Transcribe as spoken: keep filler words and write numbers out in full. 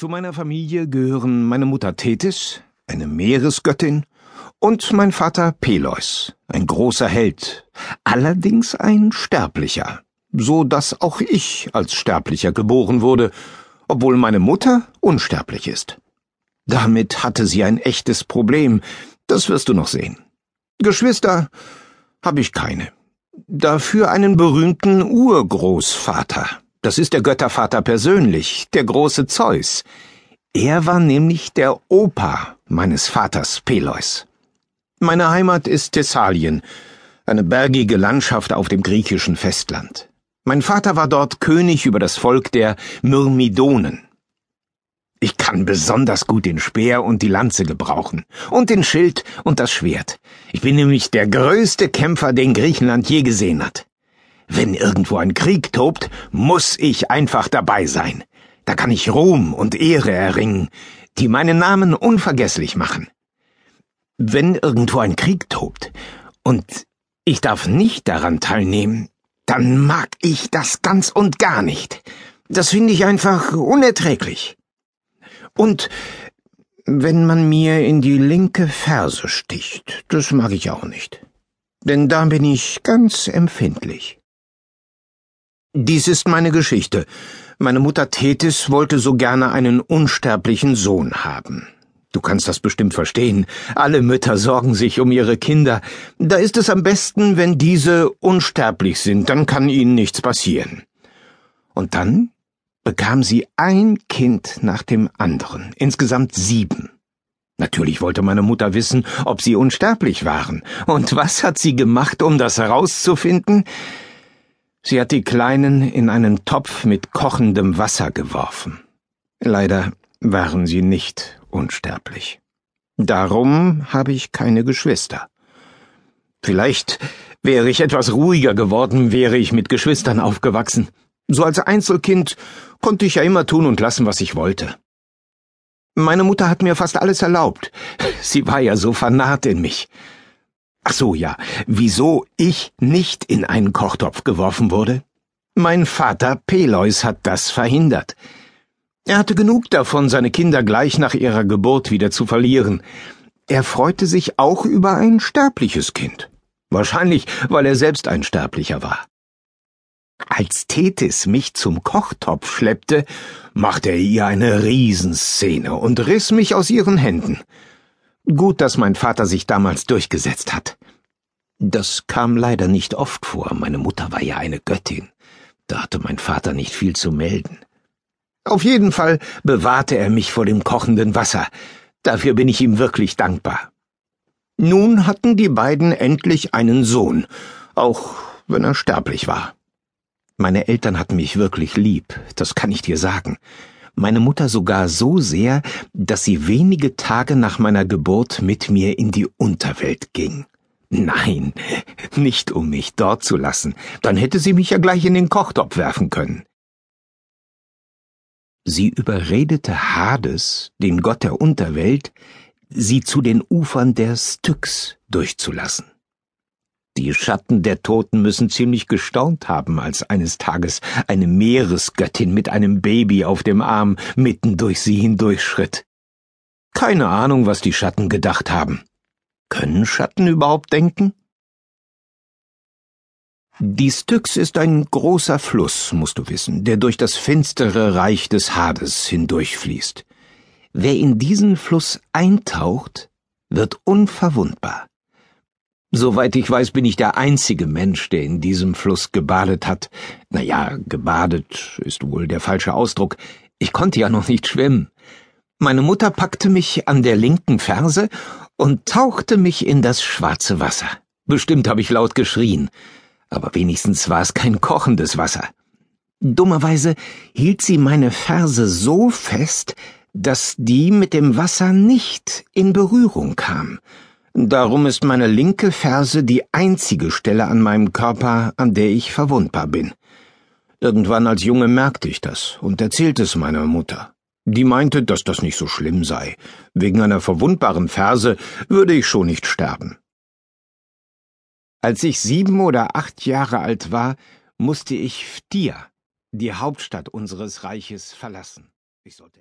Zu meiner Familie gehören meine Mutter Tethys, eine Meeresgöttin, und mein Vater Peleus, ein großer Held, allerdings ein Sterblicher, so dass auch ich als Sterblicher geboren wurde, obwohl meine Mutter unsterblich ist. Damit hatte sie ein echtes Problem, das wirst du noch sehen. Geschwister habe ich keine. Dafür einen berühmten Urgroßvater. Das ist der Göttervater persönlich, der große Zeus. Er war nämlich der Opa meines Vaters Peleus. Meine Heimat ist Thessalien, eine bergige Landschaft auf dem griechischen Festland. Mein Vater war dort König über das Volk der Myrmidonen. Ich kann besonders gut den Speer und die Lanze gebrauchen und den Schild und das Schwert. Ich bin nämlich der größte Kämpfer, den Griechenland je gesehen hat. Wenn irgendwo ein Krieg tobt, muss ich einfach dabei sein. Da kann ich Ruhm und Ehre erringen, die meinen Namen unvergesslich machen. Wenn irgendwo ein Krieg tobt und ich darf nicht daran teilnehmen, dann mag ich das ganz und gar nicht. Das finde ich einfach unerträglich. Und wenn man mir in die linke Ferse sticht, das mag ich auch nicht. Denn da bin ich ganz empfindlich. Dies ist meine Geschichte. Meine Mutter Tethys wollte so gerne einen unsterblichen Sohn haben. Du kannst das bestimmt verstehen. Alle Mütter sorgen sich um ihre Kinder. Da ist es am besten, wenn diese unsterblich sind, dann kann ihnen nichts passieren. Und dann bekam sie ein Kind nach dem anderen, insgesamt sieben. Natürlich wollte meine Mutter wissen, ob sie unsterblich waren. Und was hat sie gemacht, um das herauszufinden? Sie hat die Kleinen in einen Topf mit kochendem Wasser geworfen. Leider waren sie nicht unsterblich. Darum habe ich keine Geschwister. Vielleicht wäre ich etwas ruhiger geworden, wäre ich mit Geschwistern aufgewachsen. So als Einzelkind konnte ich ja immer tun und lassen, was ich wollte. Meine Mutter hat mir fast alles erlaubt. Sie war ja so vernarrt in mich. Ach so, ja, wieso ich nicht in einen Kochtopf geworfen wurde? Mein Vater Peleus hat das verhindert. Er hatte genug davon, seine Kinder gleich nach ihrer Geburt wieder zu verlieren. Er freute sich auch über ein sterbliches Kind. Wahrscheinlich, weil er selbst ein Sterblicher war. Als Tethys mich zum Kochtopf schleppte, machte er ihr eine Riesenszene und riss mich aus ihren Händen. Gut, dass mein Vater sich damals durchgesetzt hat. Das kam leider nicht oft vor, meine Mutter war ja eine Göttin. Da hatte mein Vater nicht viel zu melden. Auf jeden Fall bewahrte er mich vor dem kochenden Wasser. Dafür bin ich ihm wirklich dankbar. Nun hatten die beiden endlich einen Sohn, auch wenn er sterblich war. Meine Eltern hatten mich wirklich lieb, das kann ich dir sagen. Meine Mutter sogar so sehr, dass sie wenige Tage nach meiner Geburt mit mir in die Unterwelt ging. Nein, nicht um mich dort zu lassen, dann hätte sie mich ja gleich in den Kochtopf werfen können. Sie überredete Hades, den Gott der Unterwelt, sie zu den Ufern der Styx durchzulassen. Die Schatten der Toten müssen ziemlich gestaunt haben, als eines Tages eine Meeresgöttin mit einem Baby auf dem Arm mitten durch sie hindurchschritt. Keine Ahnung, was die Schatten gedacht haben. Können Schatten überhaupt denken? Die Styx ist ein großer Fluss, musst du wissen, der durch das finstere Reich des Hades hindurchfließt. Wer in diesen Fluss eintaucht, wird unverwundbar. Soweit ich weiß, bin ich der einzige Mensch, der in diesem Fluss gebadet hat. Naja, gebadet ist wohl der falsche Ausdruck. Ich konnte ja noch nicht schwimmen. Meine Mutter packte mich an der linken Ferse und tauchte mich in das schwarze Wasser. Bestimmt habe ich laut geschrien, aber wenigstens war es kein kochendes Wasser. Dummerweise hielt sie meine Ferse so fest, dass die mit dem Wasser nicht in Berührung kam. Darum ist meine linke Ferse die einzige Stelle an meinem Körper, an der ich verwundbar bin. Irgendwann als Junge merkte ich das und erzählte es meiner Mutter. Die meinte, dass das nicht so schlimm sei. Wegen einer verwundbaren Ferse würde ich schon nicht sterben. Als ich sieben oder acht Jahre alt war, musste ich Phthia, die Hauptstadt unseres Reiches, verlassen. Ich sollte